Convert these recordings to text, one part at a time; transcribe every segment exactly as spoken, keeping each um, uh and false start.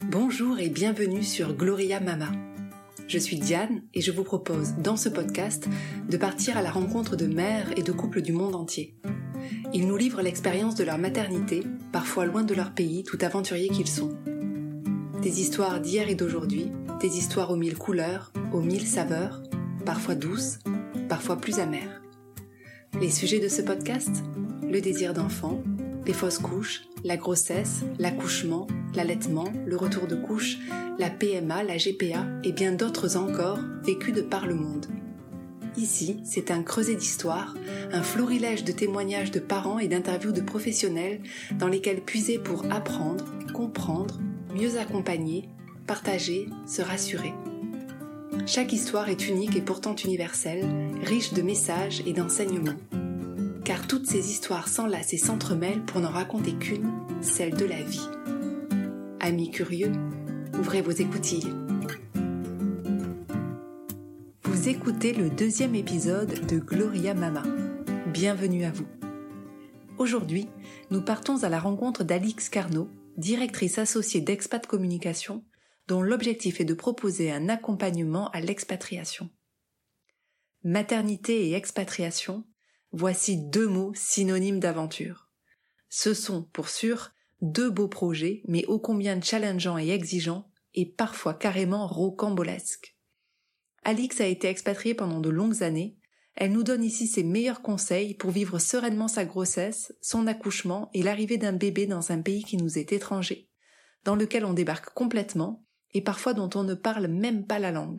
Bonjour et bienvenue sur Gloria Mama. Je suis Diane et je vous propose dans ce podcast de partir à la rencontre de mères et de couples du monde entier. Ils nous livrent l'expérience de leur maternité, parfois loin de leur pays, tout aventuriers qu'ils sont. Des histoires d'hier et d'aujourd'hui, des histoires aux mille couleurs, aux mille saveurs, parfois douces, parfois plus amères. Les sujets de ce podcast ? Le désir d'enfant, les fausses couches, la grossesse, l'accouchement, l'allaitement, le retour de couche, la P M A, la G P A et bien d'autres encore vécus de par le monde. Ici, c'est un creuset d'histoires, un florilège de témoignages de parents et d'interviews de professionnels dans lesquels puiser pour apprendre, comprendre, mieux accompagner, partager, se rassurer. Chaque histoire est unique et pourtant universelle, riche de messages et d'enseignements. Car toutes ces histoires s'enlacent et s'entremêlent pour n'en raconter qu'une, celle de la vie. Amis curieux, ouvrez vos écoutilles. Vous écoutez le deuxième épisode de Gloria Mama. Bienvenue à vous. Aujourd'hui, nous partons à la rencontre d'Alix Carnot, directrice associée d'Expat Communication, dont l'objectif est de proposer un accompagnement à l'expatriation. Maternité et expatriation, voici deux mots synonymes d'aventure. Ce sont, pour sûr, deux beaux projets, mais ô combien challengeants et exigeants, et parfois carrément rocambolesques. Alix a été expatriée pendant de longues années. Elle nous donne ici ses meilleurs conseils pour vivre sereinement sa grossesse, son accouchement et l'arrivée d'un bébé dans un pays qui nous est étranger, dans lequel on débarque complètement et parfois dont on ne parle même pas la langue.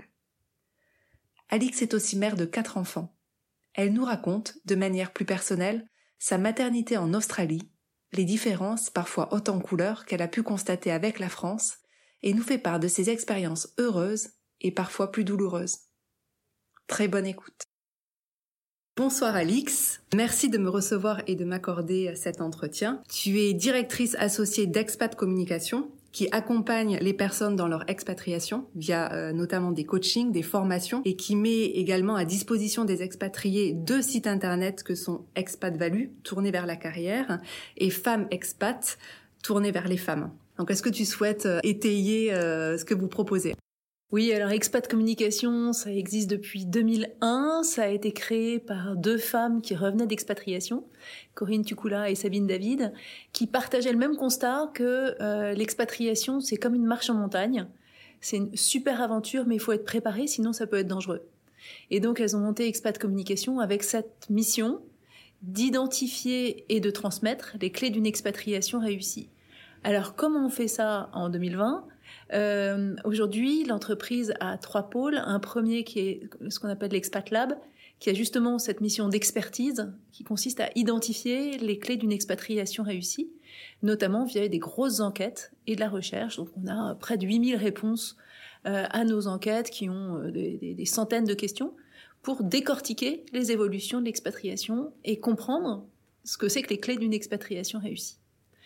Alix est aussi mère de quatre enfants. Elle nous raconte, de manière plus personnelle, sa maternité en Australie, les différences, parfois hautes en couleurs, qu'elle a pu constater avec la France, et nous fait part de ses expériences heureuses et parfois plus douloureuses. Très bonne écoute. Bonsoir Alix, merci de me recevoir et de m'accorder cet entretien. Tu es directrice associée d'Expat Communication, qui accompagne les personnes dans leur expatriation via euh, notamment des coachings, des formations et qui met également à disposition des expatriés deux sites internet que sont Expat Value, tournés vers la carrière, et Femmes Expat, tournés vers les femmes. Donc est-ce que tu souhaites euh, étayer euh, ce que vous proposez ? Oui, alors Expat Communication, ça existe depuis deux mille un. Ça a été créé par deux femmes qui revenaient d'expatriation, Corinne Tucula et Sabine David, qui partageaient le même constat que euh, l'expatriation, c'est comme une marche en montagne. C'est une super aventure, mais il faut être préparé, sinon ça peut être dangereux. Et donc elles ont monté Expat Communication avec cette mission d'identifier et de transmettre les clés d'une expatriation réussie. Alors comment on fait ça en deux mille vingt ? Euh, aujourd'hui, l'entreprise a trois pôles. Un premier qui est ce qu'on appelle l'Expat Lab, qui a justement cette mission d'expertise qui consiste à identifier les clés d'une expatriation réussie, notamment via des grosses enquêtes et de la recherche. Donc on a près de huit mille réponses euh, à nos enquêtes qui ont euh, des, des, des centaines de questions pour décortiquer les évolutions de l'expatriation et comprendre ce que c'est que les clés d'une expatriation réussie.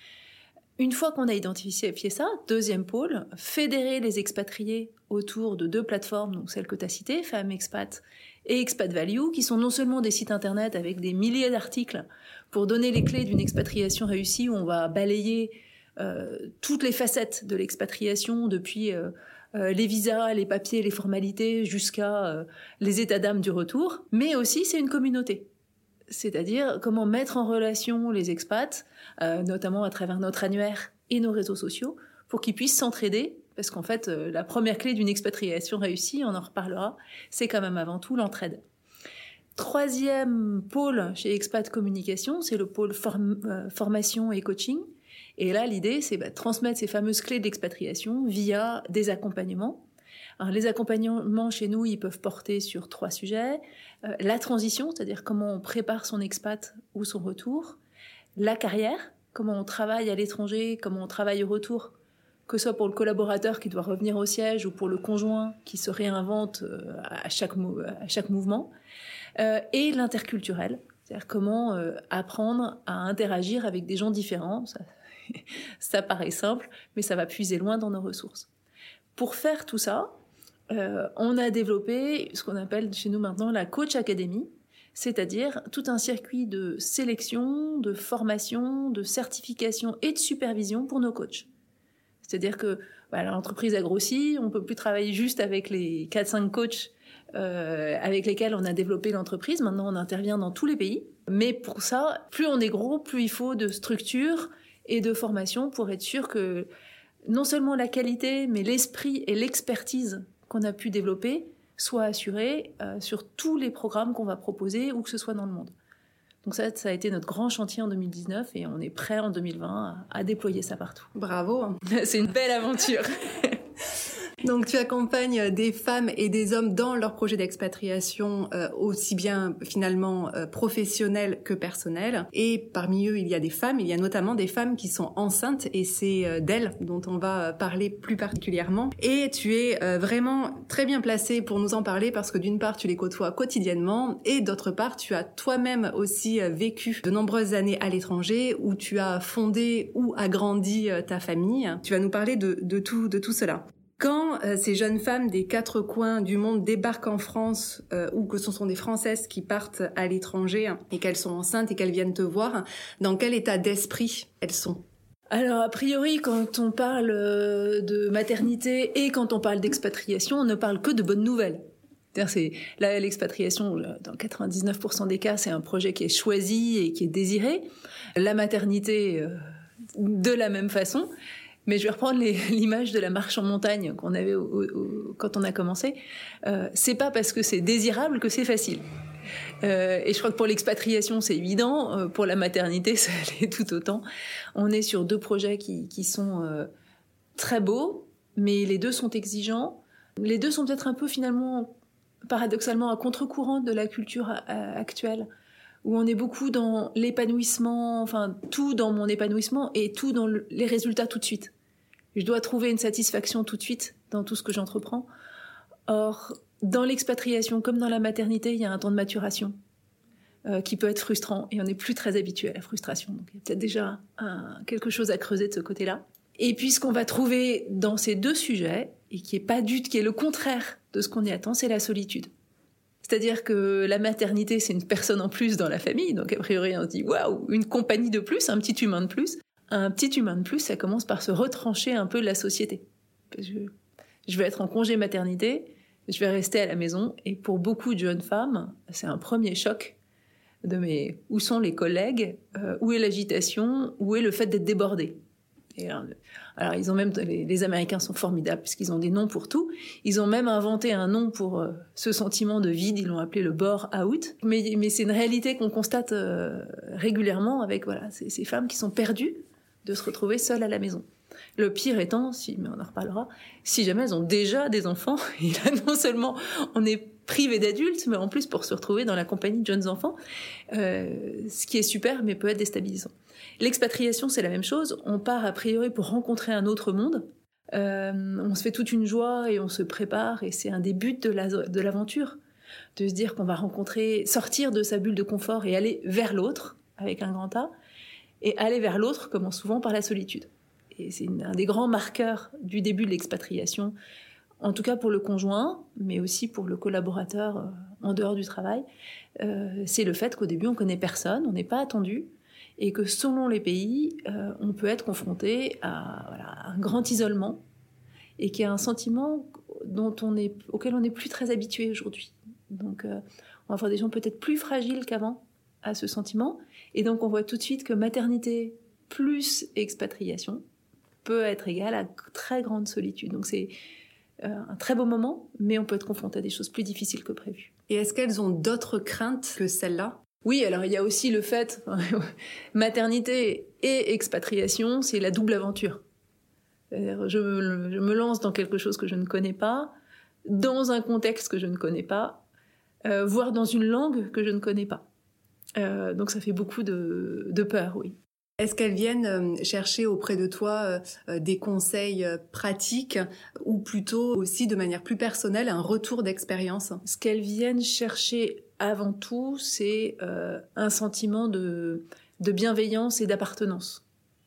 Une fois qu'on a identifié ça, deuxième pôle, fédérer les expatriés autour de deux plateformes, donc celles que tu as citées, Femmes Expat et Expat Value, qui sont non seulement des sites internet avec des milliers d'articles pour donner les clés d'une expatriation réussie, où on va balayer euh, toutes les facettes de l'expatriation, depuis euh, euh, les visas, les papiers, les formalités, jusqu'à euh, les états d'âme du retour, mais aussi c'est une communauté. C'est-à-dire comment mettre en relation les expats, euh, notamment à travers notre annuaire et nos réseaux sociaux, pour qu'ils puissent s'entraider, parce qu'en fait, euh, la première clé d'une expatriation réussie, on en reparlera, c'est quand même avant tout l'entraide. Troisième pôle chez Expat Communication, c'est le pôle form- euh, formation et coaching. Et là, l'idée, c'est bah, transmettre ces fameuses clés d'expatriation via des accompagnements. Alors, les accompagnements chez nous, ils peuvent porter sur trois sujets. Euh, la transition, c'est-à-dire comment on prépare son expat ou son retour. La carrière, comment on travaille à l'étranger, comment on travaille au retour, que ce soit pour le collaborateur qui doit revenir au siège ou pour le conjoint qui se réinvente euh, à, chaque mou- à chaque mouvement. Euh, et l'interculturel, c'est-à-dire comment euh, apprendre à interagir avec des gens différents. Ça, ça paraît simple, mais ça va puiser loin dans nos ressources. Pour faire tout ça, Euh, on a développé ce qu'on appelle chez nous maintenant la Coach Academy, c'est-à-dire tout un circuit de sélection, de formation, de certification et de supervision pour nos coachs. C'est-à-dire que voilà, l'entreprise a grossi, on peut plus travailler juste avec les quatre cinq coachs euh, avec lesquels on a développé l'entreprise. Maintenant, on intervient dans tous les pays. Mais pour ça, plus on est gros, plus il faut de structure et de formation pour être sûr que non seulement la qualité, mais l'esprit et l'expertise qu'on a pu développer soient assurés euh, sur tous les programmes qu'on va proposer, où que ce soit dans le monde. Donc ça, ça a été notre grand chantier en deux mille dix-neuf et on est prêt en deux mille vingt à, à déployer ça partout. Bravo. C'est une belle aventure. Donc tu accompagnes des femmes et des hommes dans leurs projets d'expatriation, euh, aussi bien finalement euh, professionnels que personnels. Et parmi eux, il y a des femmes, il y a notamment des femmes qui sont enceintes et c'est euh, d'elles dont on va parler plus particulièrement. Et tu es euh, vraiment très bien placée pour nous en parler parce que d'une part, tu les côtoies quotidiennement et d'autre part, tu as toi-même aussi euh, vécu de nombreuses années à l'étranger où tu as fondé ou agrandi euh, ta famille. Tu vas nous parler de, de, tout, de tout cela. Quand euh, ces jeunes femmes des quatre coins du monde débarquent en France euh, ou que ce sont des Françaises qui partent à l'étranger et qu'elles sont enceintes et qu'elles viennent te voir, dans quel état d'esprit elles sont ? Alors, a priori, quand on parle de maternité et quand on parle d'expatriation, on ne parle que de bonnes nouvelles. C'est-à-dire, c'est, là, l'expatriation, dans quatre-vingt-dix-neuf pour cent des cas, c'est un projet qui est choisi et qui est désiré. La maternité, euh, de la même façon. Mais je vais reprendre les, l'image de la marche en montagne qu'on avait au, au, au, quand on a commencé. Euh, c'est pas parce que c'est désirable que c'est facile. Euh, et je crois que pour l'expatriation, c'est évident. Euh, pour la maternité, ça l'est tout autant. On est sur deux projets qui, qui sont euh, très beaux, mais les deux sont exigeants. Les deux sont peut-être un peu finalement, paradoxalement, à contre-courant de la culture euh, actuelle, où on est beaucoup dans l'épanouissement, enfin tout dans mon épanouissement et tout dans le, les résultats tout de suite. Je dois trouver une satisfaction tout de suite dans tout ce que j'entreprends. Or, dans l'expatriation comme dans la maternité, il y a un temps de maturation euh, qui peut être frustrant et on n'est plus très habitué à la frustration. Donc il y a peut-être déjà un, quelque chose à creuser de ce côté-là. Et puis ce qu'on va trouver dans ces deux sujets, et qui est pas du qui est le contraire de ce qu'on y attend, c'est la solitude. C'est-à-dire que la maternité, c'est une personne en plus dans la famille. Donc, a priori, on se dit, waouh, une compagnie de plus, un petit humain de plus. Un petit humain de plus, ça commence par se retrancher un peu de la société. Parce que je vais être en congé maternité, je vais rester à la maison. Et pour beaucoup de jeunes femmes, c'est un premier choc de mais où sont les collègues, euh, où est l'agitation, où est le fait d'être débordé. Et alors, alors, ils ont même, les, les Américains sont formidables puisqu'ils ont des noms pour tout. Ils ont même inventé un nom pour euh, ce sentiment de vide. Ils l'ont appelé le bore-out. Mais, mais c'est une réalité qu'on constate euh, régulièrement avec voilà ces, ces femmes qui sont perdues de se retrouver seules à la maison. Le pire étant, si, mais on en reparlera, si jamais elles ont déjà des enfants, et là non seulement on est privé d'adultes, mais en plus pour se retrouver dans la compagnie de jeunes enfants, euh, ce qui est super, mais peut être déstabilisant. L'expatriation, c'est la même chose. On part a priori pour rencontrer un autre monde. Euh, on se fait toute une joie et on se prépare, et c'est un des buts de, la, de l'aventure, de se dire qu'on va rencontrer, sortir de sa bulle de confort et aller vers l'autre, avec un grand A, et aller vers l'autre commence souvent par la solitude. Et c'est un des grands marqueurs du début de l'expatriation, en tout cas pour le conjoint, mais aussi pour le collaborateur euh, en dehors du travail. Euh, c'est le fait qu'au début, on ne connaît personne, on n'est pas attendu, et que selon les pays, euh, on peut être confronté à, voilà, à un grand isolement, et qu'il y a un sentiment dont on est, auquel on n'est plus très habitué aujourd'hui. Donc, euh, on va voir des gens peut-être plus fragiles qu'avant à ce sentiment, et donc on voit tout de suite que maternité plus expatriation peut être égale à très grande solitude. Donc c'est euh, un très beau moment, mais on peut être confronté à des choses plus difficiles que prévu. Et est-ce qu'elles ont d'autres craintes que celles-là ? Oui, alors il y a aussi le fait, maternité et expatriation, c'est la double aventure. C'est-à-dire, je me, je me lance dans quelque chose que je ne connais pas, dans un contexte que je ne connais pas, euh, voire dans une langue que je ne connais pas. Euh, donc ça fait beaucoup de, de peur, oui. Est-ce qu'elles viennent chercher auprès de toi des conseils pratiques ou plutôt aussi de manière plus personnelle un retour d'expérience ? Ce qu'elles viennent chercher avant tout, c'est euh, un sentiment de, de bienveillance et d'appartenance.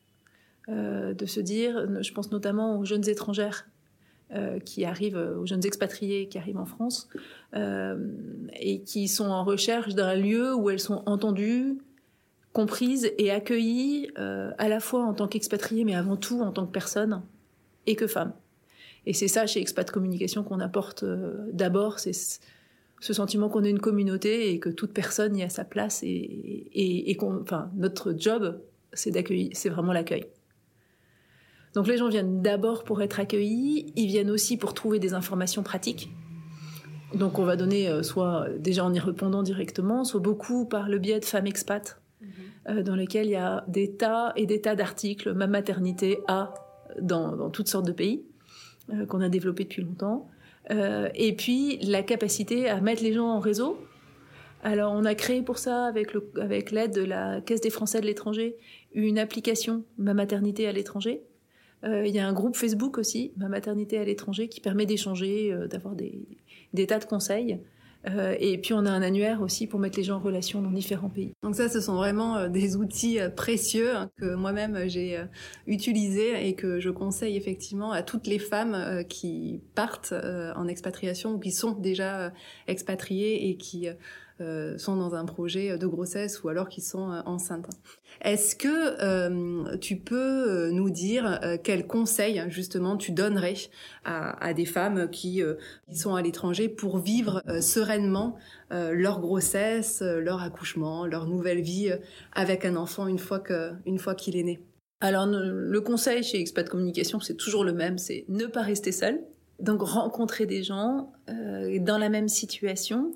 Euh, de se dire, je pense notamment aux jeunes étrangères euh, qui arrivent, aux jeunes expatriés qui arrivent en France euh, et qui sont en recherche d'un lieu où elles sont entendues, comprises et accueillies euh, à la fois en tant qu'expatriées, mais avant tout en tant que personnes, et que femmes. Et c'est ça, chez Expat Communication, qu'on apporte euh, d'abord, c'est ce sentiment qu'on est une communauté et que toute personne y a sa place. Et, et, et qu'on, enfin, notre job, c'est d'accueillir, c'est vraiment l'accueil. Donc les gens viennent d'abord pour être accueillis, ils viennent aussi pour trouver des informations pratiques. Donc on va donner euh, soit déjà en y répondant directement, soit beaucoup par le biais de Femmes Expat, mmh. euh, dans lesquels il y a des tas et des tas d'articles, Ma maternité a, dans, dans toutes sortes de pays, euh, qu'on a développé depuis longtemps. Euh, et puis la capacité à mettre les gens en réseau. Alors on a créé pour ça, avec, le, avec l'aide de la Caisse des Français de l'étranger, une application Ma maternité à l'étranger. Euh, il y a un groupe Facebook aussi, Ma maternité à l'étranger, qui permet d'échanger, euh, d'avoir des, des tas de conseils. Euh, et puis on a un annuaire aussi pour mettre les gens en relation dans différents pays. Donc ça, ce sont vraiment euh, des outils euh, précieux hein, que moi-même euh, j'ai euh, utilisés et que je conseille effectivement à toutes les femmes euh, qui partent euh, en expatriation ou qui sont déjà euh, expatriées et qui euh, sont dans un projet de grossesse ou alors qui sont euh, enceintes. Est-ce que euh, tu peux nous dire euh, quels conseils justement tu donnerais à, à des femmes qui, euh, qui sont à l'étranger pour vivre euh, sereinement euh, leur grossesse, euh, leur accouchement, leur nouvelle vie euh, avec un enfant une fois que, une fois qu'il est né? Alors le conseil chez Expat Communication, c'est toujours le même, c'est ne pas rester seul. Donc rencontrer des gens euh, dans la même situation.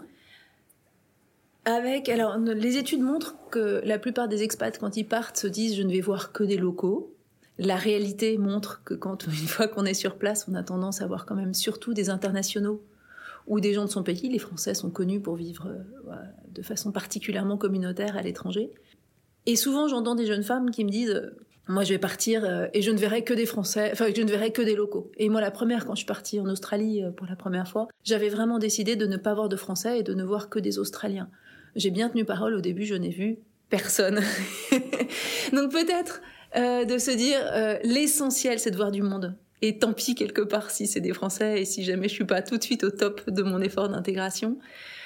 Avec, alors, les études montrent que la plupart des expats, quand ils partent, se disent « je ne vais voir que des locaux ». La réalité montre que quand, une fois qu'on est sur place, on a tendance à voir quand même surtout des internationaux ou des gens de son pays. Les Français sont connus pour vivre euh, de façon particulièrement communautaire à l'étranger. Et souvent, j'entends des jeunes femmes qui me disent « moi, je vais partir euh, et je ne verrai que des Français, enfin, je ne verrai que des locaux ». Et moi, la première, quand je suis partie en Australie euh, pour la première fois, j'avais vraiment décidé de ne pas voir de Français et de ne voir que des Australiens. J'ai bien tenu parole, au début, je n'ai vu personne. Donc peut-être euh, de se dire, euh, l'essentiel, c'est de voir du monde. Et tant pis, quelque part, si c'est des Français et si jamais je suis pas tout de suite au top de mon effort d'intégration.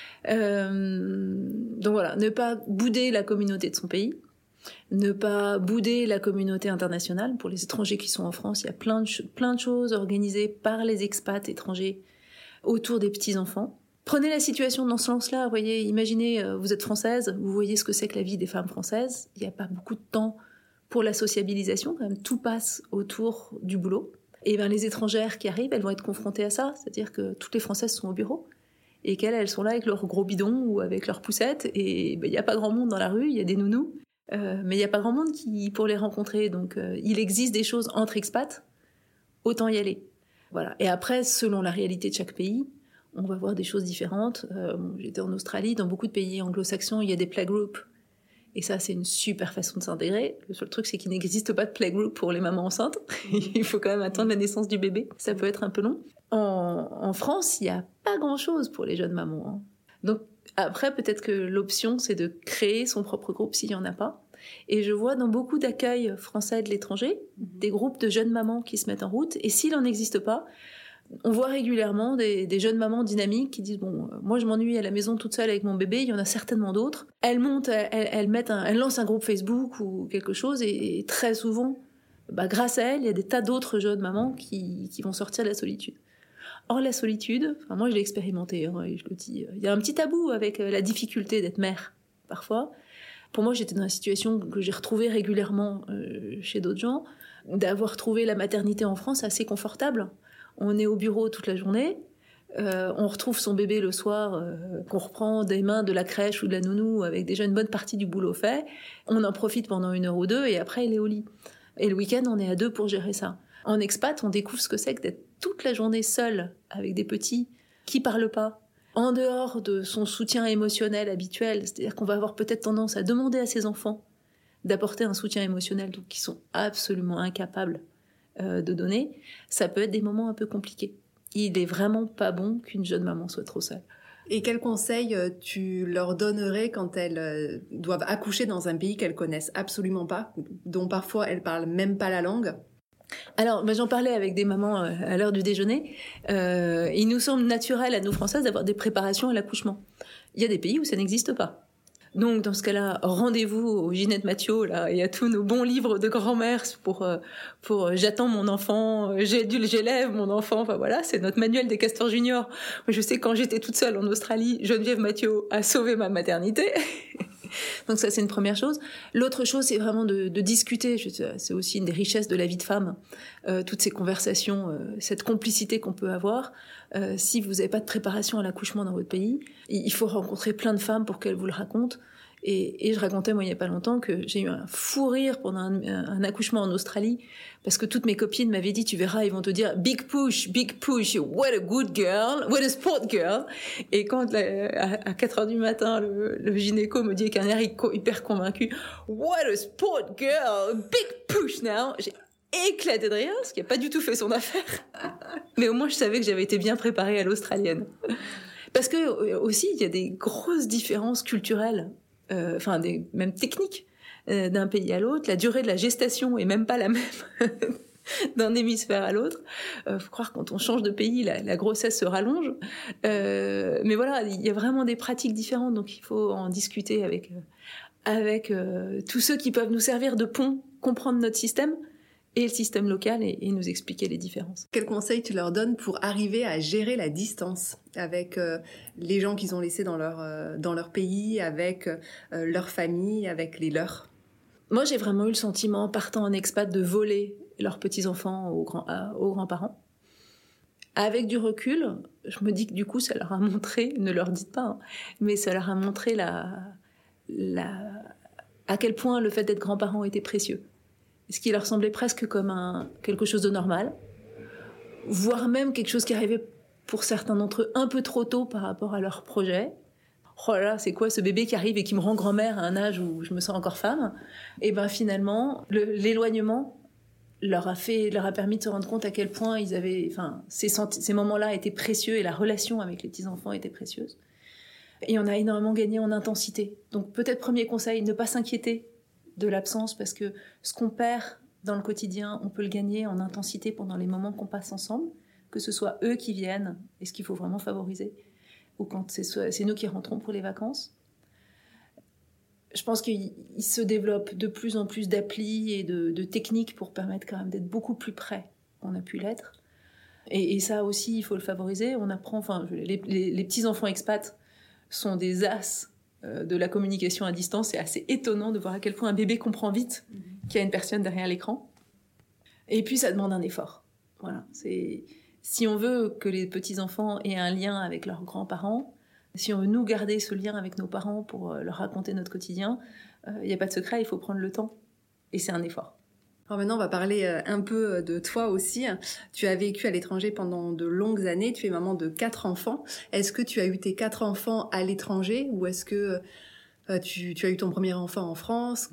Euh, donc voilà, ne pas bouder la communauté de son pays, ne pas bouder la communauté internationale. Pour les étrangers qui sont en France, il y a plein de, ch- plein de choses organisées par les expats étrangers autour des petits-enfants. Prenez la situation dans ce sens-là, voyez, imaginez, euh, vous êtes française, vous voyez ce que c'est que la vie des femmes françaises, il n'y a pas beaucoup de temps pour la sociabilisation, quand même, tout passe autour du boulot. Et bien les étrangères qui arrivent, elles vont être confrontées à ça, c'est-à-dire que toutes les Françaises sont au bureau, et qu'elles, elles sont là avec leur gros bidon ou avec leurs poussettes, et ben, il n'y a pas grand monde dans la rue, il y a des nounous, euh, mais il n'y a pas grand monde qui, pour les rencontrer, donc euh, il existe des choses entre expats, autant y aller. Voilà. Et après, selon la réalité de chaque pays, on va voir des choses différentes. Euh, bon, j'étais en Australie, dans beaucoup de pays anglo-saxons, il y a des playgroups. Et ça, c'est une super façon de s'intégrer. Le seul truc, c'est qu'il n'existe pas de playgroup pour les mamans enceintes. Il faut quand même attendre la naissance du bébé. Ça peut être un peu long. En, en France, il n'y a pas grand-chose pour les jeunes mamans. Hein. Donc après, peut-être que l'option, c'est de créer son propre groupe s'il n'y en a pas. Et je vois dans beaucoup d'accueils français de l'étranger, des groupes de jeunes mamans qui se mettent en route. Et s'il n'en existe pas, on voit régulièrement des, des jeunes mamans dynamiques qui disent « bon, euh, moi je m'ennuie à la maison toute seule avec mon bébé, il y en a certainement d'autres ». Elles montent, elles, elles, mettent un, elles lancent un groupe Facebook ou quelque chose et, et très souvent, bah, grâce à elles, il y a des tas d'autres jeunes mamans qui, qui vont sortir de la solitude. Or la solitude, enfin, moi je l'ai expérimenté, hein, je le dis, il y a un petit tabou avec la difficulté d'être mère, parfois. Pour moi, j'étais dans une situation que j'ai retrouvée régulièrement euh, chez d'autres gens, d'avoir trouvé la maternité en France assez confortable. On est au bureau toute la journée, euh, on retrouve son bébé le soir, euh, qu'on reprend des mains de la crèche ou de la nounou avec déjà une bonne partie du boulot fait. On en profite pendant une heure ou deux et après il est au lit. Et le week-end, on est à deux pour gérer ça. En expat, on découvre ce que c'est que d'être toute la journée seule avec des petits qui parlent pas, en dehors de son soutien émotionnel habituel. C'est-à-dire qu'on va avoir peut-être tendance à demander à ses enfants d'apporter un soutien émotionnel, donc qui sont absolument incapables Euh, de donner, ça peut être des moments un peu compliqués. Il est vraiment pas bon qu'une jeune maman soit trop seule. Et quels conseils euh, tu leur donnerais quand elles euh, doivent accoucher dans un pays qu'elles connaissent absolument pas, dont parfois elles parlent même pas la langue? Alors, ben, j'en parlais avec des mamans euh, à l'heure du déjeuner. Euh, il nous semble naturel à nous Françaises d'avoir des préparations à l'accouchement. Il y a des pays où ça n'existe pas. Donc, dans ce cas-là, rendez-vous au Ginette Mathieu, là, et à tous nos bons livres de grand-mère pour, pour euh, j'attends mon enfant, j'édule, j'élève mon enfant. Enfin, voilà, c'est notre manuel des castors juniors. Je sais, quand j'étais toute seule en Australie, Geneviève Mathieu a sauvé ma maternité. Donc ça, c'est une première chose. L'autre chose, c'est vraiment de, de discuter. C'est aussi une des richesses de la vie de femme. Euh, toutes ces conversations, euh, cette complicité qu'on peut avoir. Euh, si vous n'avez pas de préparation à l'accouchement dans votre pays, il faut rencontrer plein de femmes pour qu'elles vous le racontent. Et, et je racontais, moi, il n'y a pas longtemps, que j'ai eu un fou rire pendant un, un accouchement en Australie, parce que toutes mes copines m'avaient dit, tu verras, ils vont te dire, big push, big push, what a good girl, what a sport girl. Et quand, à, à quatre heures du matin, le, le gynéco me dit avec un air hyper convaincu, what a sport girl, big push now, j'ai éclaté de rire, ce qui n'a pas du tout fait son affaire. Mais au moins, je savais que j'avais été bien préparée à l'australienne. Parce que, aussi, il y a des grosses différences culturelles. Euh, enfin des, même techniques euh, d'un pays à l'autre. La durée de la gestation est même pas la même d'un hémisphère à l'autre. Euh, faut croire que quand on change de pays, la, la grossesse se rallonge. Euh, mais voilà, il y a vraiment des pratiques différentes, donc il faut en discuter avec, euh, avec euh, tous ceux qui peuvent nous servir de pont, comprendre notre système et le système local et, et nous expliquer les différences. Quels conseils tu leur donnes pour arriver à gérer la distance avec euh, les gens qu'ils ont laissés dans leur, euh, dans leur pays, avec euh, leur famille, avec les leurs? Moi, j'ai vraiment eu le sentiment, en partant en expat, de voler leurs petits-enfants aux, grands, à, aux grands-parents. Avec du recul, je me dis que du coup, ça leur a montré, ne leur dites pas, hein, mais ça leur a montré la, la, à quel point le fait d'être grands-parents était précieux. Ce qui leur semblait presque comme un, quelque chose de normal, voire même quelque chose qui arrivait pour certains d'entre eux un peu trop tôt par rapport à leur projet. Oh là là, c'est quoi ce bébé qui arrive et qui me rend grand-mère à un âge où je me sens encore femme? Et ben finalement, le, l'éloignement leur a fait, leur a permis de se rendre compte à quel point ils avaient, enfin, ces, ces moments-là étaient précieux et la relation avec les petits-enfants était précieuse. Et on a énormément gagné en intensité. Donc peut-être premier conseil, ne pas s'inquiéter de l'absence, parce que ce qu'on perd dans le quotidien, on peut le gagner en intensité pendant les moments qu'on passe ensemble, que ce soit eux qui viennent, et ce qu'il faut vraiment favoriser, ou quand c'est, c'est nous qui rentrons pour les vacances. Je pense qu'il se développe de plus en plus d'applis et de, de techniques pour permettre quand même d'être beaucoup plus près qu'on a pu l'être. Et, et ça aussi, il faut le favoriser. On apprend, enfin, les, les, les petits-enfants expats sont des as de la communication à distance. C'est assez étonnant de voir à quel point un bébé comprend vite qu'il y a une personne derrière l'écran. Et puis, ça demande un effort. Voilà. C'est... Si on veut que les petits-enfants aient un lien avec leurs grands-parents, si on veut nous garder ce lien avec nos parents pour leur raconter notre quotidien, il euh, n'y a pas de secret, il faut prendre le temps. Et c'est un effort. Alors maintenant, on va parler un peu de toi aussi. Tu as vécu à l'étranger pendant de longues années. Tu es maman de quatre enfants. Est-ce que tu as eu tes quatre enfants à l'étranger ou est-ce que euh, tu, tu as eu ton premier enfant en France?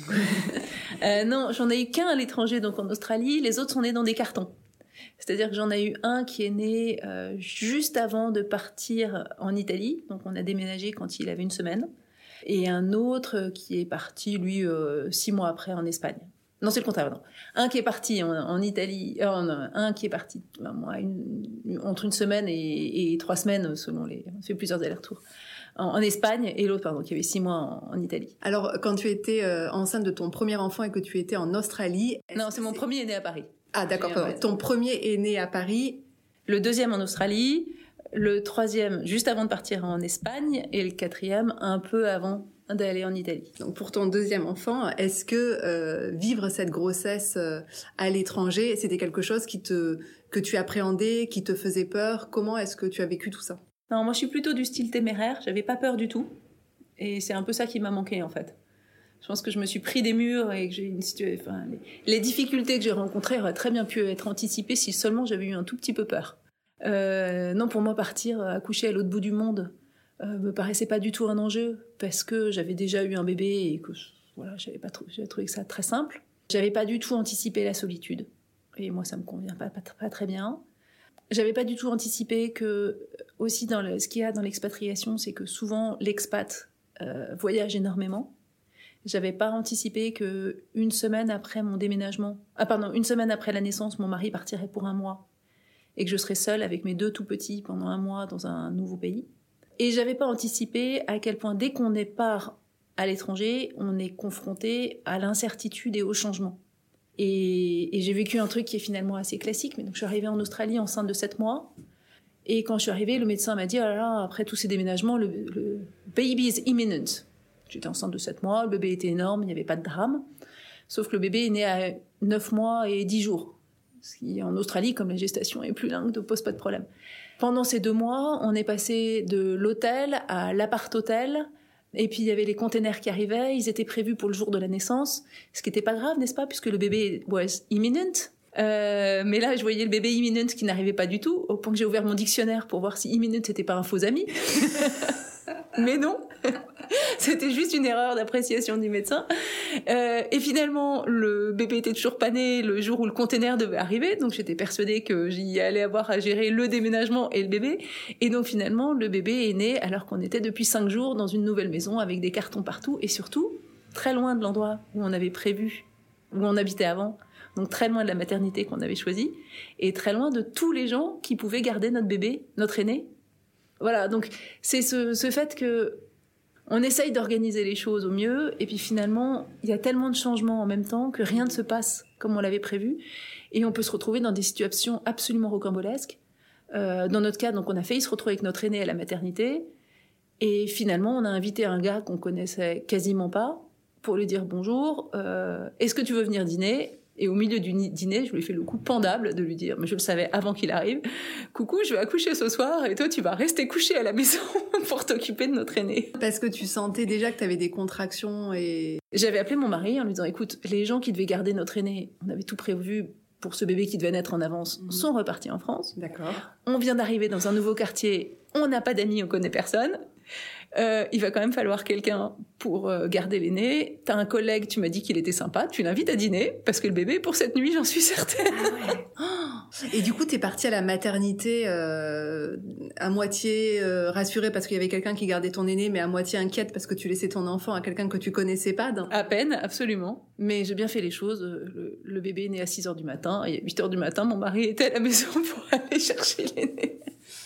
euh, Non, j'en ai eu qu'un à l'étranger, donc en Australie. Les autres sont nés dans des cartons. C'est-à-dire que j'en ai eu un qui est né euh, juste avant de partir en Italie. Donc on a déménagé quand il avait une semaine. Et un autre qui est parti, lui, euh, six mois après en Espagne. Non, c'est le contraire, non. Un qui est parti en, en Italie, euh, un qui est parti ben, moi, une, une, entre une semaine et, et trois semaines, selon les... On fait plusieurs allers-retours. En, en Espagne, et l'autre, pardon, qui avait six mois en, en Italie. Alors, quand tu étais euh, enceinte de ton premier enfant et que tu étais en Australie... Non, c'est mon c'est... premier est né à Paris. Ah, d'accord, pardon. Ton premier est né à Paris. Le deuxième en Australie, le troisième juste avant de partir en Espagne, et le quatrième un peu avant d'aller en Italie. Donc pour ton deuxième enfant, est-ce que euh, vivre cette grossesse euh, à l'étranger, c'était quelque chose qui te, que tu appréhendais, qui te faisait peur? Comment est-ce que tu as vécu tout ça? Non, moi je suis plutôt du style téméraire, j'avais pas peur du tout. Et c'est un peu ça qui m'a manqué en fait. Je pense que je me suis pris des murs et que j'ai une situation... Enfin, les, les difficultés que j'ai rencontrées auraient très bien pu être anticipées si seulement j'avais eu un tout petit peu peur. Euh, non, pour moi, partir accoucher à l'autre bout du monde euh, me paraissait pas du tout un enjeu parce que j'avais déjà eu un bébé et que voilà, j'avais pas trouvé, j'avais trouvé que ça très simple. J'avais pas du tout anticipé la solitude et moi ça me convient pas, pas, pas très bien. J'avais pas du tout anticipé que aussi dans le, ce qu'il y a dans l'expatriation, c'est que souvent l'expat euh, voyage énormément. J'avais pas anticipé que une semaine après mon déménagement, ah pardon, une semaine après la naissance, mon mari partirait pour un mois et que je serais seule avec mes deux tout petits pendant un mois dans un nouveau pays. Et j'avais pas anticipé à quel point dès qu'on est part à l'étranger, on est confronté à l'incertitude et au changement. Et, et j'ai vécu un truc qui est finalement assez classique. Mais donc, je suis arrivée en Australie enceinte de sept mois. Et quand je suis arrivée, le médecin m'a dit, oh là là, après tous ces déménagements, le, le baby is imminent. J'étais enceinte de sept mois, le bébé était énorme, il n'y avait pas de drame. Sauf que le bébé est né à neuf mois et dix jours. Ce qui, en Australie, comme la gestation est plus longue, ne pose pas de problème. Pendant ces deux mois, on est passé de l'hôtel à l'appart-hôtel. Et puis, il y avait les containers qui arrivaient. Ils étaient prévus pour le jour de la naissance. Ce qui n'était pas grave, n'est-ce pas? Puisque le bébé was imminent. Euh, mais là, je voyais le bébé imminent qui n'arrivait pas du tout. Au point que j'ai ouvert mon dictionnaire pour voir si imminent n'était pas un faux ami. Mais non. C'était juste une erreur d'appréciation du médecin. Euh, et finalement, le bébé était toujours pas né le jour où le container devait arriver. Donc, j'étais persuadée que j'y allais avoir à gérer le déménagement et le bébé. Et donc, finalement, le bébé est né alors qu'on était depuis cinq jours dans une nouvelle maison avec des cartons partout. Et surtout, très loin de l'endroit où on avait prévu, où on habitait avant. Donc, très loin de la maternité qu'on avait choisie. Et très loin de tous les gens qui pouvaient garder notre bébé, notre aîné. Voilà. Donc, c'est ce, ce fait que on essaye d'organiser les choses au mieux, et puis finalement, il y a tellement de changements en même temps que rien ne se passe comme on l'avait prévu, et on peut se retrouver dans des situations absolument rocambolesques. Euh, dans notre cas, donc, on a failli se retrouver avec notre aîné à la maternité, et finalement, on a invité un gars qu'on connaissait quasiment pas pour lui dire bonjour, euh, est-ce que tu veux venir dîner ? Et au milieu du dîner, je lui ai fait le coup pendable de lui dire, mais je le savais avant qu'il arrive, coucou, je vais accoucher ce soir et toi, tu vas rester couché à la maison pour t'occuper de notre aîné. Parce que tu sentais déjà que tu avais des contractions et... J'avais appelé mon mari en lui disant, écoute, les gens qui devaient garder notre aîné, on avait tout prévu pour ce bébé qui devait naître en avance, mmh. sont repartis en France. D'accord. On vient d'arriver dans un nouveau quartier, on n'a pas d'amis, on connaît personne. Euh, il va quand même falloir quelqu'un pour euh, garder l'aîné. T'as un collègue, tu m'as dit qu'il était sympa, tu l'invites à dîner, parce que le bébé, pour cette nuit, j'en suis certaine. Ah ouais. Oh. Et du coup, t'es partie à la maternité euh, à moitié euh, rassurée parce qu'il y avait quelqu'un qui gardait ton aîné, mais à moitié inquiète parce que tu laissais ton enfant à quelqu'un que tu connaissais pas. Dans... À peine, absolument. Mais j'ai bien fait les choses. Le, le bébé est né à six heures du matin, et à huit heures du matin, mon mari était à la maison pour aller chercher l'aîné.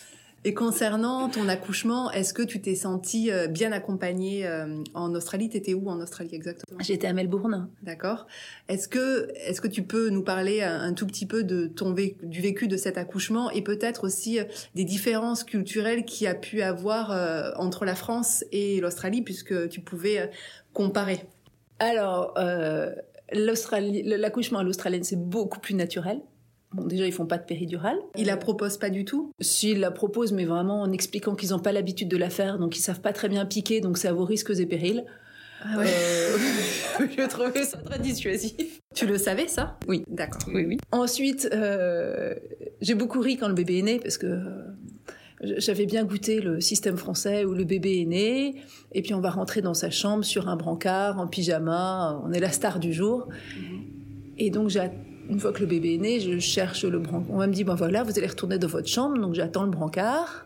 Et concernant ton accouchement, est-ce que tu t'es sentie bien accompagnée en Australie? T'étais où en Australie exactement? J'étais à Melbourne. D'accord. Est-ce que, est-ce que tu peux nous parler un tout petit peu de ton vécu, du vécu de cet accouchement et peut-être aussi des différences culturelles qu'il y a pu avoir entre la France et l'Australie puisque tu pouvais comparer? Alors, euh, l'Australie, l'accouchement à l'australienne, c'est beaucoup plus naturel. Bon, déjà, ils font pas de péridurale. Ils la proposent pas du tout? Si, ils la proposent, mais vraiment en expliquant qu'ils ont pas l'habitude de la faire, donc ils savent pas très bien piquer, donc c'est à vos risques et périls. Ah ouais. Euh, je trouvais ça très dissuasif. Tu le savais, ça? Oui. D'accord. Oui, oui. Ensuite, euh, j'ai beaucoup ri quand le bébé est né, parce que euh, j'avais bien goûté le système français où le bébé est né, et puis on va rentrer dans sa chambre sur un brancard, en pyjama, on est la star du jour. Mm-hmm. Et donc, j'ai Une fois que le bébé est né, je cherche le brancard. On m'a dit, ben voilà, vous allez retourner dans votre chambre. Donc, j'attends le brancard.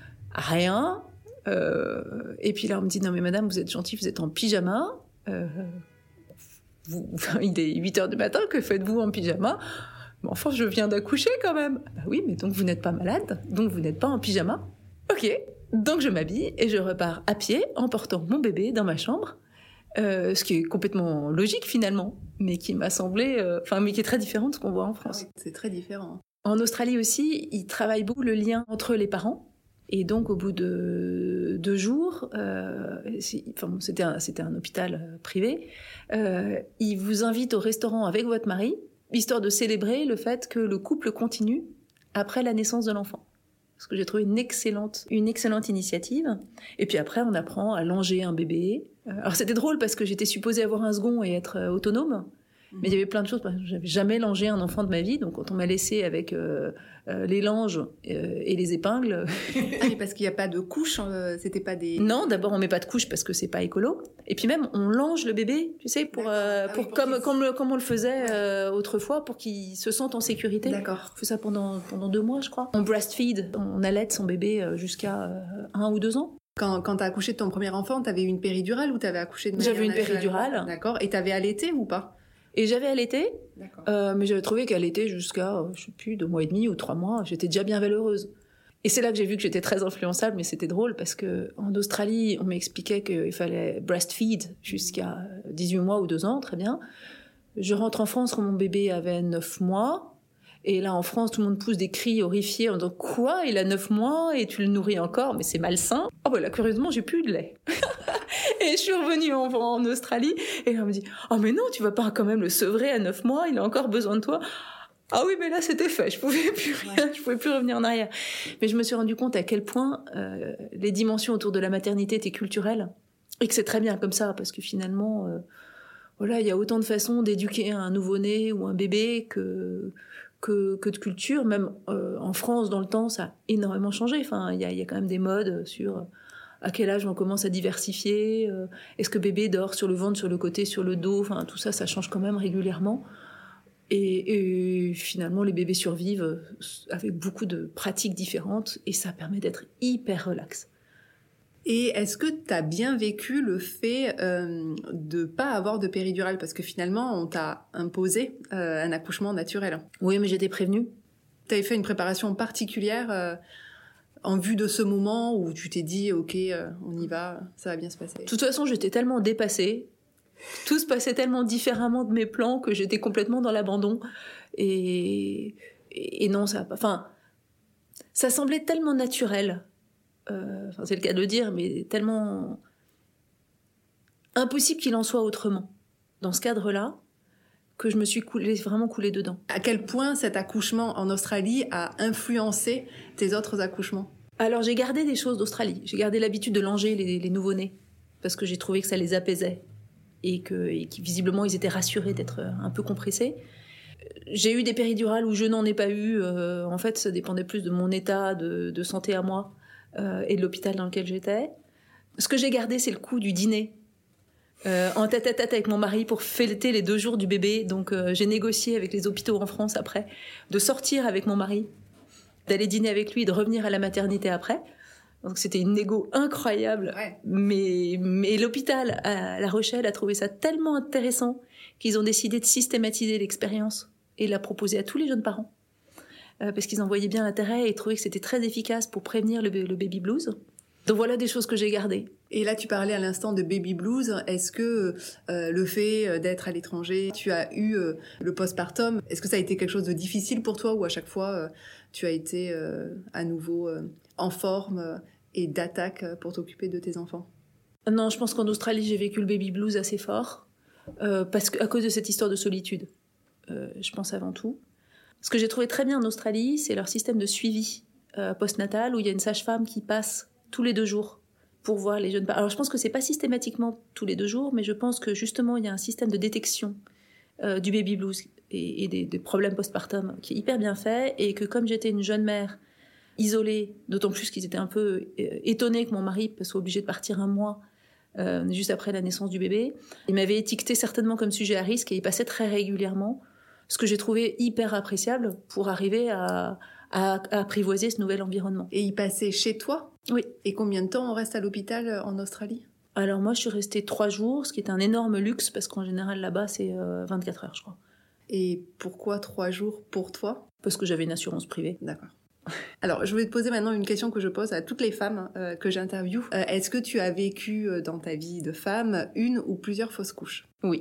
Rien. Euh, et puis là, on me dit, non mais madame, vous êtes gentille, vous êtes en pyjama. Euh, vous, enfin, il est huit heures du matin, que faites-vous en pyjama? Mais enfin, je viens d'accoucher quand même. Bah oui, mais donc vous n'êtes pas malade, donc vous n'êtes pas en pyjama. Ok. Donc, je m'habille et je repars à pied en portant mon bébé dans ma chambre. Euh, ce qui est complètement logique finalement, mais qui m'a semblé, enfin, euh, mais qui est très différent de ce qu'on voit en France. Ah oui, c'est très différent. En Australie aussi, ils travaillent beaucoup le lien entre les parents, et donc au bout de deux jours, euh, enfin, c'était un, c'était un hôpital privé, euh, ils vous invitent au restaurant avec votre mari, histoire de célébrer le fait que le couple continue après la naissance de l'enfant. Parce que j'ai trouvé une excellente, une excellente initiative. Et puis après, on apprend à langer un bébé. Alors c'était drôle parce que j'étais supposée avoir un second et être autonome. Mmh. Mais il y avait plein de choses. J'avais jamais langé un enfant de ma vie. Donc quand on m'a laissée avec euh, euh, les langes euh, et les épingles... Ah mais parce qu'il n'y a pas de couche, euh, c'était pas des... Non, d'abord on met pas de couche parce que c'est pas écolo. Et puis même, on lange le bébé, tu sais, pour, euh, pour, ah oui, pour comme, comme, comme on le faisait euh, autrefois, pour qu'il se sente en sécurité. D'accord. On fait ça pendant, pendant deux mois, je crois. On breastfeed, on allaite son bébé jusqu'à euh, un ou deux ans. Quand, quand t'as accouché de ton premier enfant, t'avais une péridurale ou t'avais accouché de manière J'avais une naturelle? péridurale. D'accord. Et t'avais allaité ou pas? Et j'avais allaité, euh, mais j'avais trouvé qu'allaiter jusqu'à, je sais plus, deux mois et demi ou trois mois, j'étais déjà bien valeureuse. Et c'est là que j'ai vu que j'étais très influençable, mais c'était drôle parce que en Australie, on m'expliquait qu'il fallait breastfeed jusqu'à dix-huit mois ou deux ans, très bien. Je rentre en France quand mon bébé avait neuf mois. Et là, en France, tout le monde pousse des cris horrifiés en disant « Quoi ? Il a neuf mois et tu le nourris encore ? Mais c'est malsain !» Oh ben là, curieusement, j'ai plus de lait. Et je suis revenue en, en Australie et là, on me dit « Oh mais non, tu vas pas quand même le sevrer à neuf mois, il a encore besoin de toi. » Ah oui, mais là, c'était fait, je pouvais plus rien, je pouvais plus revenir en arrière. Mais je me suis rendu compte à quel point euh, les dimensions autour de la maternité étaient culturelles et que c'est très bien comme ça, parce que finalement, euh, voilà, il y a autant de façons d'éduquer un nouveau-né ou un bébé que... Que, que de culture, même euh, en France, dans le temps, ça a énormément changé. Enfin, il y a, y a quand même des modes sur à quel âge on commence à diversifier, euh, est-ce que bébé dort sur le ventre, sur le côté, sur le dos, enfin, tout ça, ça change quand même régulièrement. Et, et finalement, les bébés survivent avec beaucoup de pratiques différentes et ça permet d'être hyper relax. Et est-ce que tu as bien vécu le fait euh, de pas avoir de péridurale ? Parce que finalement, on t'a imposé euh, un accouchement naturel. Oui, mais j'étais prévenue. Tu avais fait une préparation particulière euh, en vue de ce moment où tu t'es dit « Ok, euh, on y va, ça va bien se passer ». De toute façon, j'étais tellement dépassée. Tout se passait tellement différemment de mes plans que j'étais complètement dans l'abandon. Et, et, et non, ça a pas... Enfin, ça semblait tellement naturel. Euh, enfin, c'est le cas de le dire, mais tellement impossible qu'il en soit autrement. Dans ce cadre-là, que je me suis coulée, vraiment coulée dedans. À quel point cet accouchement en Australie a influencé tes autres accouchements ? Alors, j'ai gardé des choses d'Australie. J'ai gardé l'habitude de langer les, les nouveau-nés, parce que j'ai trouvé que ça les apaisait, et que et visiblement, ils étaient rassurés d'être un peu compressés. J'ai eu des péridurales où je n'en ai pas eu. Euh, en fait, ça dépendait plus de mon état de, de santé à moi, Euh, et de l'hôpital dans lequel j'étais. Ce que j'ai gardé, c'est le coup du dîner euh, en tête-à-tête avec mon mari pour fêter les deux jours du bébé. Donc euh, j'ai négocié avec les hôpitaux en France après de sortir avec mon mari, d'aller dîner avec lui et de revenir à la maternité après. Donc c'était une négo incroyable. Ouais. Mais, mais l'hôpital à La Rochelle a trouvé ça tellement intéressant qu'ils ont décidé de systématiser l'expérience et la proposer à tous les jeunes parents. Euh, parce qu'ils en voyaient bien l'intérêt et trouvaient que c'était très efficace pour prévenir le, le baby blues. Donc voilà des choses que j'ai gardées. Et là, tu parlais à l'instant de baby blues. Est-ce que euh, le fait d'être à l'étranger, tu as eu euh, le postpartum, est-ce que ça a été quelque chose de difficile pour toi ou à chaque fois, euh, tu as été euh, à nouveau euh, en forme euh, et d'attaque pour t'occuper de tes enfants ? Non, je pense qu'en Australie, j'ai vécu le baby blues assez fort euh, parce que, à cause de cette histoire de solitude. Euh, je pense avant tout. Ce que j'ai trouvé très bien en Australie, c'est leur système de suivi euh, postnatal où il y a une sage-femme qui passe tous les deux jours pour voir les jeunes parents. Alors je pense que c'est pas systématiquement tous les deux jours, mais je pense que justement il y a un système de détection euh, du baby blues et, et des, des problèmes postpartum qui est hyper bien fait et que comme j'étais une jeune mère isolée, d'autant plus qu'ils étaient un peu euh, étonnés que mon mari soit obligé de partir un mois euh, juste après la naissance du bébé, il m'avait étiqueté certainement comme sujet à risque et il passait très régulièrement. Ce que j'ai trouvé hyper appréciable pour arriver à, à, à apprivoiser ce nouvel environnement. Et y passer chez toi ? Oui. Et combien de temps on reste à l'hôpital en Australie ? Alors moi, je suis restée trois jours, ce qui est un énorme luxe, parce qu'en général, là-bas, c'est euh, vingt-quatre heures, je crois. Et pourquoi trois jours pour toi ? Parce que j'avais une assurance privée. D'accord. Alors, je vais te poser maintenant une question que je pose à toutes les femmes euh, que j'interviewe. Euh, est-ce que tu as vécu euh, dans ta vie de femme une ou plusieurs fausses couches ? Oui.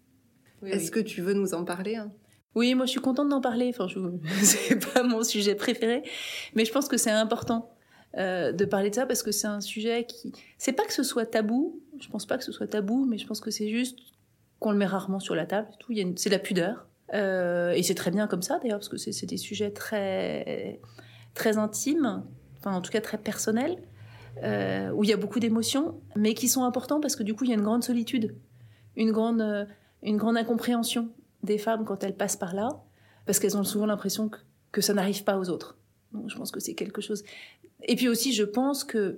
oui Est-ce oui. que tu veux nous en parler hein ? Oui, moi je suis contente d'en parler. Enfin, je... c'est pas mon sujet préféré, mais je pense que c'est important euh, de parler de ça parce que c'est un sujet qui. C'est pas que ce soit tabou. Je pense pas que ce soit tabou, mais je pense que c'est juste qu'on le met rarement sur la table. Tout. Il y a une... C'est la pudeur, euh, et c'est très bien comme ça d'ailleurs parce que c'est, c'est des sujets très très intimes, enfin en tout cas très personnels, euh, où il y a beaucoup d'émotions, mais qui sont importants parce que du coup il y a une grande solitude, une grande euh, une grande incompréhension des femmes quand elles passent par là, parce qu'elles ont souvent l'impression que, que ça n'arrive pas aux autres. Donc, je pense que c'est quelque chose... Et puis aussi, je pense que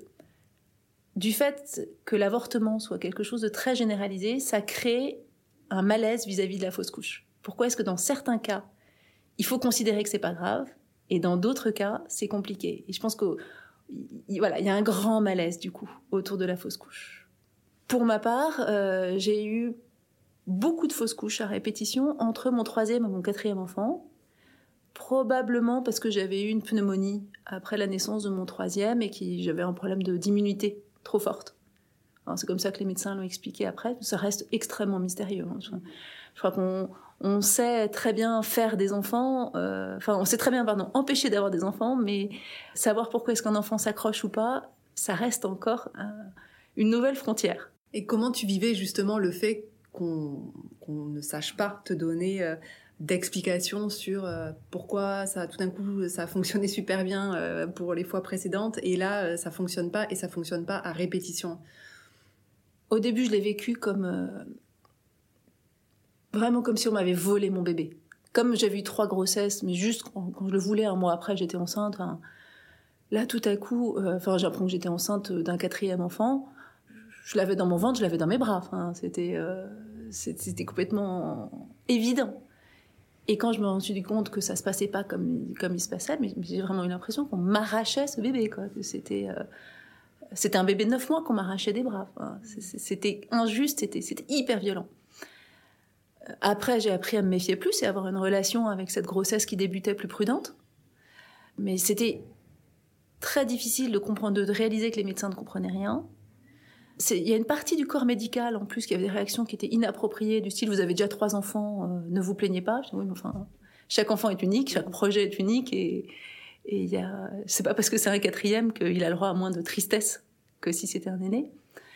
du fait que l'avortement soit quelque chose de très généralisé, ça crée un malaise vis-à-vis de la fausse couche. Pourquoi est-ce que dans certains cas, il faut considérer que c'est pas grave, et dans d'autres cas, c'est compliqué ? Et je pense que voilà, il y a un grand malaise, du coup, autour de la fausse couche. Pour ma part, euh, j'ai eu beaucoup de fausses couches à répétition entre mon troisième et mon quatrième enfant, Probablement parce que j'avais eu une pneumonie après la naissance de mon troisième et que j'avais un problème de d'immunité trop forte. Alors, c'est comme ça que les médecins l'ont expliqué après. Ça reste extrêmement mystérieux. Hein. Je, je crois qu'on on sait très bien faire des enfants, euh, enfin on sait très bien pardon, empêcher d'avoir des enfants, mais savoir pourquoi est-ce qu'un enfant s'accroche ou pas, ça reste encore euh, une nouvelle frontière. Et comment tu vivais justement le fait qu'on, qu'on ne sache pas te donner euh, d'explications sur euh, pourquoi ça, tout d'un coup ça a fonctionné super bien euh, pour les fois précédentes et là euh, ça fonctionne pas et ça fonctionne pas à répétition? Au début, je l'ai vécu comme euh, vraiment comme si on m'avait volé mon bébé. Comme j'avais eu trois grossesses, mais juste quand, quand je le voulais, un mois après, j'étais enceinte. Enfin, là, tout à coup, euh, enfin, j'apprends que j'étais enceinte d'un quatrième enfant. Je l'avais dans mon ventre, je l'avais dans mes bras. Enfin, c'était, euh, c'était complètement évident. Et quand je me suis rendu compte que ça se passait pas comme, comme il se passait, mais j'ai vraiment eu l'impression qu'on m'arrachait ce bébé, quoi. Que c'était, euh, c'était un bébé de neuf mois qu'on m'arrachait des bras. Enfin, c'était injuste, c'était, c'était hyper violent. Après, j'ai appris à me méfier plus et à avoir une relation avec cette grossesse qui débutait plus prudente. Mais c'était très difficile de comprendre, de réaliser que les médecins ne comprenaient rien. C'est, il y a une partie du corps médical, en plus, qui avait des réactions qui étaient inappropriées, du style « vous avez déjà trois enfants, euh, ne vous plaignez pas ». Je dis « oui, mais enfin, chaque enfant est unique, chaque projet est unique, et, et y a, c'est pas parce que c'est un quatrième qu'il a le droit à moins de tristesse que si c'était un aîné ».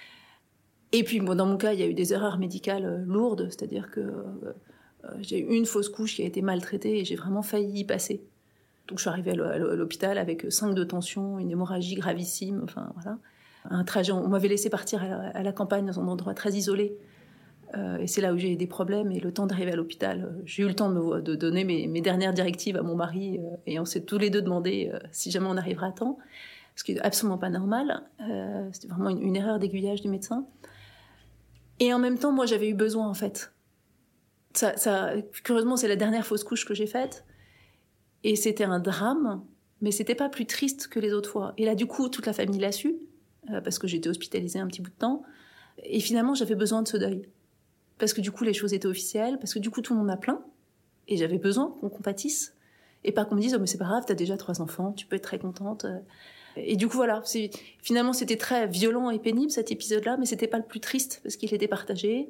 Et puis, bon, dans mon cas, il y a eu des erreurs médicales lourdes, c'est-à-dire que euh, j'ai eu une fausse couche qui a été maltraitée et j'ai vraiment failli y passer. Donc, je suis arrivée à l'hôpital avec cinq de tension, une hémorragie gravissime, enfin, voilà. Un trajet, on m'avait laissé partir à la, à la campagne, dans un endroit très isolé. Euh, et c'est là où j'ai eu des problèmes. Et le temps d'arriver à l'hôpital, euh, j'ai eu le temps de, me, de donner mes, mes dernières directives à mon mari. Euh, et on s'est tous les deux demandé euh, si jamais on arriverait à temps. Ce qui n'est absolument pas normal. Euh, c'était vraiment une, une erreur d'aiguillage du médecin. Et en même temps, moi, j'avais eu besoin, en fait. Ça, ça, curieusement, c'est la dernière fausse couche que j'ai faite. Et c'était un drame, mais c'était pas plus triste que les autres fois. Et là, du coup, toute la famille l'a su, euh, parce que j'étais hospitalisée un petit bout de temps. Et finalement, j'avais besoin de ce deuil. Parce que du coup, les choses étaient officielles, parce que du coup, tout le monde m'a plaint. Et j'avais besoin qu'on compatisse. Et pas qu'on me dise « oh, mais c'est pas grave, t'as déjà trois enfants, tu peux être très contente. » Et du coup, voilà, c'est, finalement, c'était très violent et pénible, cet épisode-là, mais c'était pas le plus triste, parce qu'il était partagé,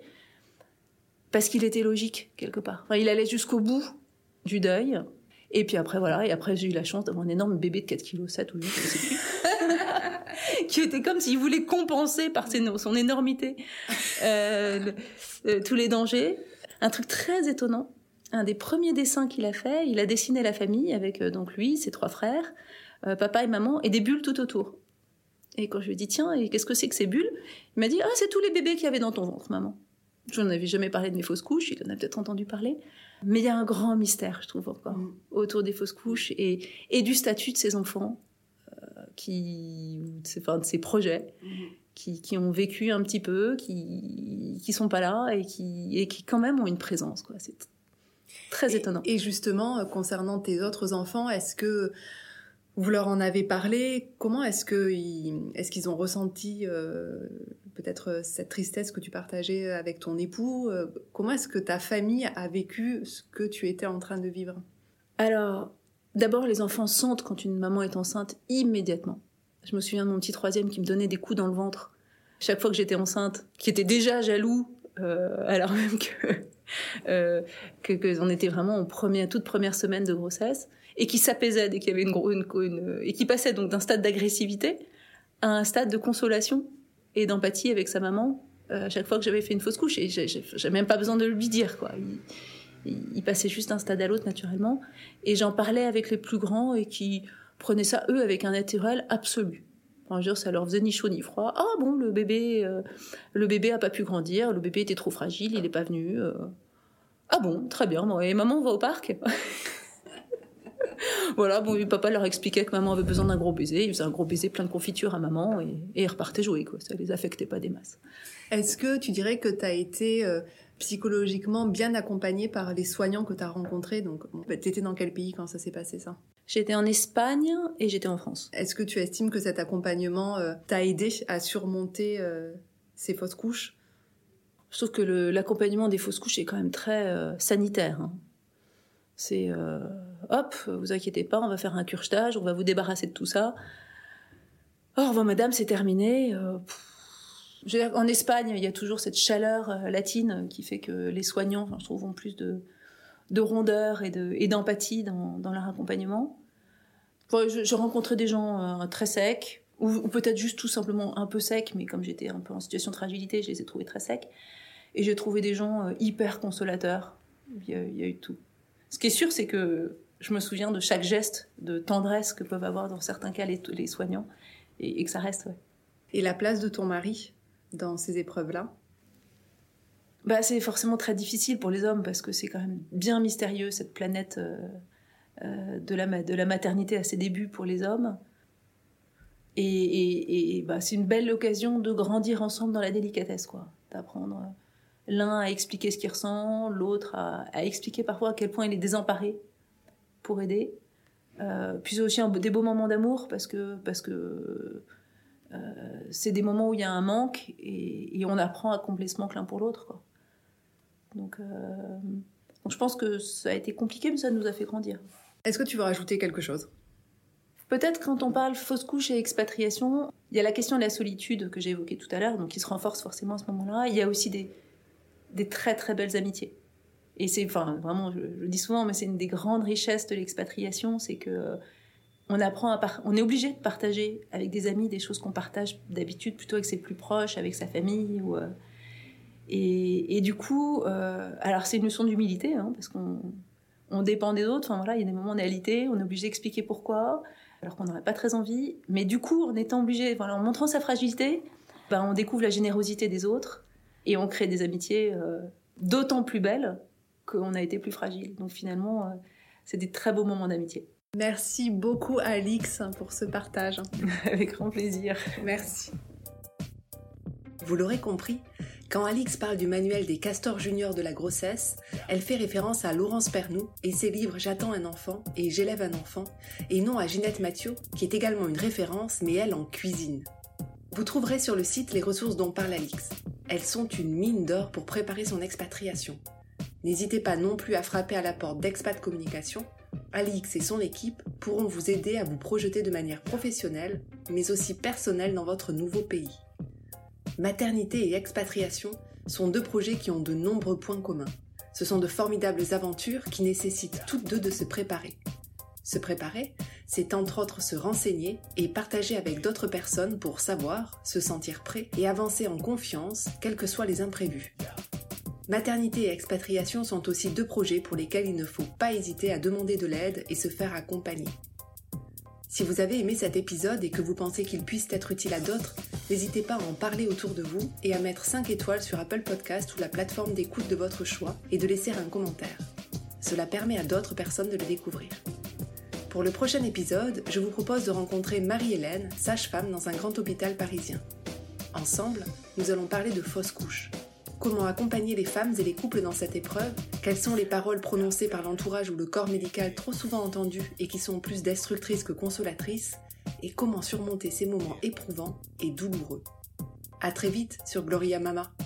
parce qu'il était logique, quelque part. Enfin, il allait jusqu'au bout du deuil. Et puis après, voilà, et après, j'ai eu la chance d'avoir un énorme bébé de quatre virgule sept kilos ou huit, je sais plus, qui était comme s'il voulait compenser par ses, son énormité euh, euh, tous les dangers. Un truc très étonnant. Un des premiers dessins qu'il a fait, il a dessiné la famille avec euh, donc lui, ses trois frères, Euh, papa et maman, et des bulles tout autour. Et quand je lui ai dit, tiens, et qu'est-ce que c'est que ces bulles? Il m'a dit, ah, c'est tous les bébés qu'il y avait dans ton ventre, maman. Je n'en avais jamais parlé de mes fausses couches, il en a peut-être entendu parler. Mais il y a un grand mystère, je trouve, encore, mmh. autour des fausses couches et, et du statut de ces enfants, euh, qui, de ces, enfin, de ces projets, mmh. qui, qui ont vécu un petit peu, qui, qui sont pas là et qui, et qui quand même ont une présence, quoi. C'est très et, étonnant. Et justement, concernant tes autres enfants, est-ce que vous leur en avez parlé? Comment est-ce qu'ils, est-ce qu'ils ont ressenti euh, peut-être cette tristesse que tu partageais avec ton époux? euh, Comment est-ce que ta famille a vécu ce que tu étais en train de vivre? Alors, d'abord, les enfants sentent quand une maman est enceinte immédiatement. Je me souviens de mon petit troisième qui me donnait des coups dans le ventre chaque fois que j'étais enceinte, qui était déjà jaloux, euh, alors même que, euh, que, que on était vraiment en première, toute première semaine de grossesse. Et qui s'apaisait dès qu'il y avait une, une, une et qui passait donc d'un stade d'agressivité à un stade de consolation et d'empathie avec sa maman euh, à chaque fois que j'avais fait une fausse couche. Et j'ai, j'ai, j'ai même pas besoin de lui dire, quoi. Il, il, il passait juste d'un stade à l'autre naturellement. Et j'en parlais avec les plus grands et qui prenaient ça, eux, avec un naturel absolu. Enfin, je veux dire, ça leur faisait ni chaud ni froid. Ah bon, le bébé, euh, le bébé a pas pu grandir, le bébé était trop fragile, il est pas venu. Euh... Ah bon, très bien. Bon, et maman, on va au parc? Voilà, bon, papa leur expliquait que maman avait besoin d'un gros baiser, il faisait un gros baiser plein de confiture à maman et, et ils repartaient jouer, quoi. Ça les affectait pas des masses. Est-ce que tu dirais que tu as été euh, psychologiquement bien accompagnée par les soignants que tu as rencontrés? Donc, bon, tu étais dans quel pays quand ça s'est passé, ça? J'étais en Espagne et j'étais en France. Est-ce que tu estimes que cet accompagnement euh, t'a aidé à surmonter euh, ces fausses couches? Je trouve que le, l'accompagnement des fausses couches est quand même très euh, sanitaire. Hein. C'est... Euh... hop, vous inquiétez pas, on va faire un curetage, on va vous débarrasser de tout ça. Au revoir madame, c'est terminé. Euh, je veux dire, en Espagne, il y a toujours cette chaleur euh, latine qui fait que les soignants, enfin, je trouve, ont plus de, de rondeur et, de, et d'empathie dans, dans leur accompagnement. Enfin, je, je rencontrais des gens euh, très secs, ou, ou peut-être juste tout simplement un peu secs, mais comme j'étais un peu en situation de fragilité, je les ai trouvés très secs. Et j'ai trouvé des gens euh, hyper consolateurs. Il y, a, il y a eu tout. Ce qui est sûr, c'est que je me souviens de chaque geste de tendresse que peuvent avoir dans certains cas les, les soignants, et, et que ça reste, ouais. Et la place de ton mari dans ces épreuves-là ? Bah, c'est forcément très difficile pour les hommes, parce que c'est quand même bien mystérieux, cette planète euh, euh, de, la, de la maternité à ses débuts pour les hommes. Et, et, et bah, c'est une belle occasion de grandir ensemble dans la délicatesse, quoi. D'apprendre l'un à expliquer ce qu'il ressent, l'autre à, à expliquer parfois à quel point il est désemparé pour aider. Euh, puis c'est aussi un, des beaux moments d'amour, parce que, parce que euh, c'est des moments où il y a un manque, et, et on apprend à combler ce manque l'un pour l'autre, quoi. Donc, euh, donc je pense que ça a été compliqué, mais ça nous a fait grandir. Est-ce que tu veux rajouter quelque chose ? Peut-être quand on parle fausse couche et expatriation, il y a la question de la solitude que j'ai évoquée tout à l'heure, donc qui se renforce forcément à ce moment-là. Il y a aussi des, des très très belles amitiés. Et c'est, enfin, vraiment, je, je le dis souvent, mais c'est une des grandes richesses de l'expatriation, c'est que euh, on apprend à par... on est obligé de partager avec des amis des choses qu'on partage d'habitude plutôt avec ses plus proches, avec sa famille. Ou, euh... et, et du coup, euh... alors c'est une leçon d'humilité, hein, parce qu'on on dépend des autres. Enfin voilà, il y a des moments on est alité, on est obligé d'expliquer pourquoi, alors qu'on n'aurait pas très envie. Mais du coup, en étant obligé, voilà, en montrant sa fragilité, ben, on découvre la générosité des autres et on crée des amitiés euh, d'autant plus belles qu'on a été plus fragile. Donc finalement, euh, c'est des très beaux moments d'amitié. Merci beaucoup Alix pour ce partage. Avec grand plaisir. Merci. Vous l'aurez compris, quand Alix parle du manuel des castors juniors de la grossesse, elle fait référence à Laurence Pernoud et ses livres J'attends un enfant et J'élève un enfant, et non à Ginette Mathieu, qui est également une référence, mais elle en cuisine. Vous trouverez sur le site les ressources dont parle Alix. Elles sont une mine d'or pour préparer son expatriation. N'hésitez pas non plus à frapper à la porte d'Expat Communication. Alix et son équipe pourront vous aider à vous projeter de manière professionnelle, mais aussi personnelle dans votre nouveau pays. Maternité et expatriation sont deux projets qui ont de nombreux points communs. Ce sont de formidables aventures qui nécessitent toutes deux de se préparer. Se préparer, c'est entre autres se renseigner et partager avec d'autres personnes pour savoir, se sentir prêt et avancer en confiance, quels que soient les imprévus. Maternité et expatriation sont aussi deux projets pour lesquels il ne faut pas hésiter à demander de l'aide et se faire accompagner. Si vous avez aimé cet épisode et que vous pensez qu'il puisse être utile à d'autres, n'hésitez pas à en parler autour de vous et à mettre cinq étoiles sur Apple Podcast ou la plateforme d'écoute de votre choix et de laisser un commentaire. Cela permet à d'autres personnes de le découvrir. Pour le prochain épisode, je vous propose de rencontrer Marie-Hélène, sage-femme dans un grand hôpital parisien. Ensemble, nous allons parler de fausse couche. Comment accompagner les femmes et les couples dans cette épreuve? Quelles sont les paroles prononcées par l'entourage ou le corps médical trop souvent entendues et qui sont plus destructrices que consolatrices? Et comment surmonter ces moments éprouvants et douloureux? À très vite sur Gloria Mama.